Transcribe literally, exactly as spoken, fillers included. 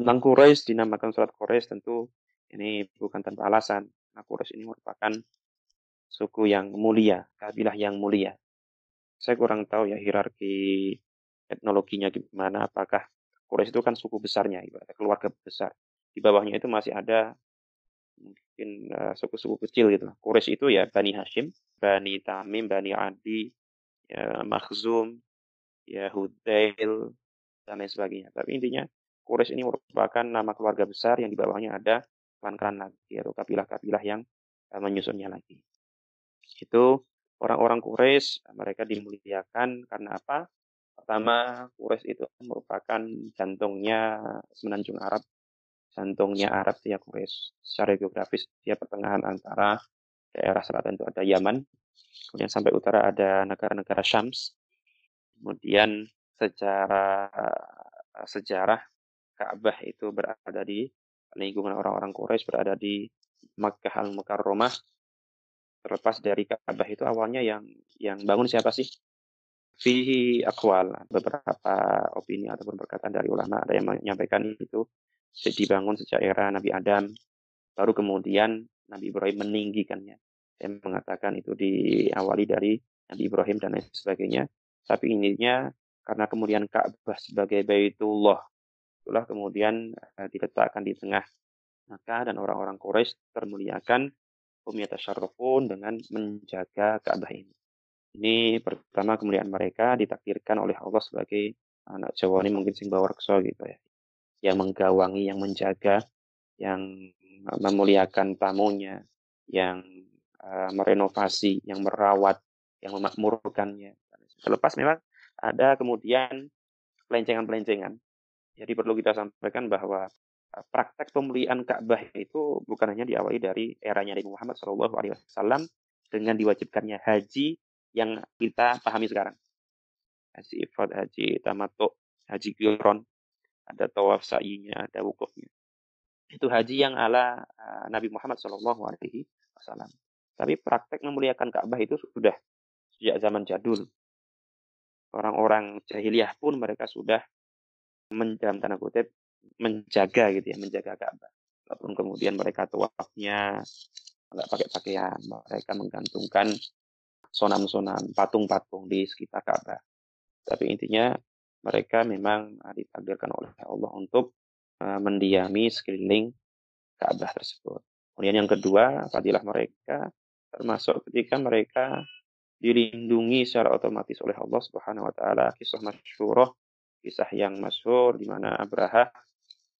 Tentang Quraisy dinamakan surat Quraisy tentu ini bukan tanpa alasan. Nah, Quraisy ini merupakan suku yang mulia, kabilah yang mulia. Saya kurang tahu ya hierarki etnologinya gimana, apakah Quraisy itu kan suku besarnya, ibaratnya keluarga besar. Di bawahnya itu masih ada mungkin eh, suku-suku kecil gitu. Quraisy itu ya Bani Hashim, Bani Tamim, Bani Adi, ya, Makhzum, ya Hudzail, dan lain sebagainya. Tapi intinya Quraisy ini merupakan nama keluarga besar yang di bawahnya ada klan-klan lagi atau kabilah-kabilah yang eh, menyusunnya lagi. Itu orang-orang Quraisy mereka dimuliakan karena apa? Pertama, Quraisy itu merupakan jantungnya semenanjung Arab, jantungnya Arab itu ya Quraisy. Secara geografis dia pertengahan antara daerah selatan itu ada Yaman, kemudian sampai utara ada negara-negara Syams. Kemudian secara eh, sejarah Ka'bah itu berada di lingkungan orang-orang Quraisy, berada di Makkah Al-Mukarramah. Terlepas dari Ka'bah itu awalnya yang yang bangun siapa sih? Fihi akwal, beberapa opini ataupun perkataan dari ulama ada yang menyampaikan itu dibangun sejak era Nabi Adam, baru kemudian Nabi Ibrahim meninggikannya. Yang mengatakan itu diawali dari Nabi Ibrahim dan lain sebagainya. Tapi ininya karena kemudian Ka'bah sebagai Baitullah, itulah kemudian uh, diletakkan di tengah Makkah dan orang-orang Quraisy termuliakan hum yatasyarrafun dengan menjaga Ka'bah ini. Ini pertama kemuliaan mereka ditakdirkan oleh Allah sebagai anak Jawa ini mungkin sing bawa reksa gitu ya. Yang menggawangi, yang menjaga, yang memuliakan tamunya, yang uh, merenovasi, yang merawat, yang memakmurkannya. Terlepas memang ada kemudian pelencengan-pelencengan. Jadi perlu kita sampaikan bahwa uh, praktek pemuliaan Ka'bah itu bukan hanya diawali dari eranya Nabi Muhammad shallallahu alaihi wasallam dengan diwajibkannya haji yang kita pahami sekarang. Haji ifrad, haji tamattu, haji qiron, ada tawaf sa'inya, ada wukufnya. Itu haji yang ala uh, Nabi Muhammad shallallahu alaihi wasallam. Tapi praktek memuliakan Ka'bah itu sudah sejak zaman jadul. Orang-orang jahiliyah pun mereka sudah dalam tanda kutip menjaga gitu ya, menjaga Ka'bah. Walaupun kemudian mereka tawafnya nggak pakai pakaian, mereka menggantungkan sonam-sonam, patung-patung di sekitar Ka'bah. Tapi intinya mereka memang ditakdirkan oleh Allah untuk uh, mendiami sekeliling Ka'bah tersebut. Kemudian yang kedua, fadilah mereka termasuk ketika mereka dilindungi secara otomatis oleh Allah Subhanahu wa taala. Kisah masyhurah, kisah yang masyhur di mana Abraha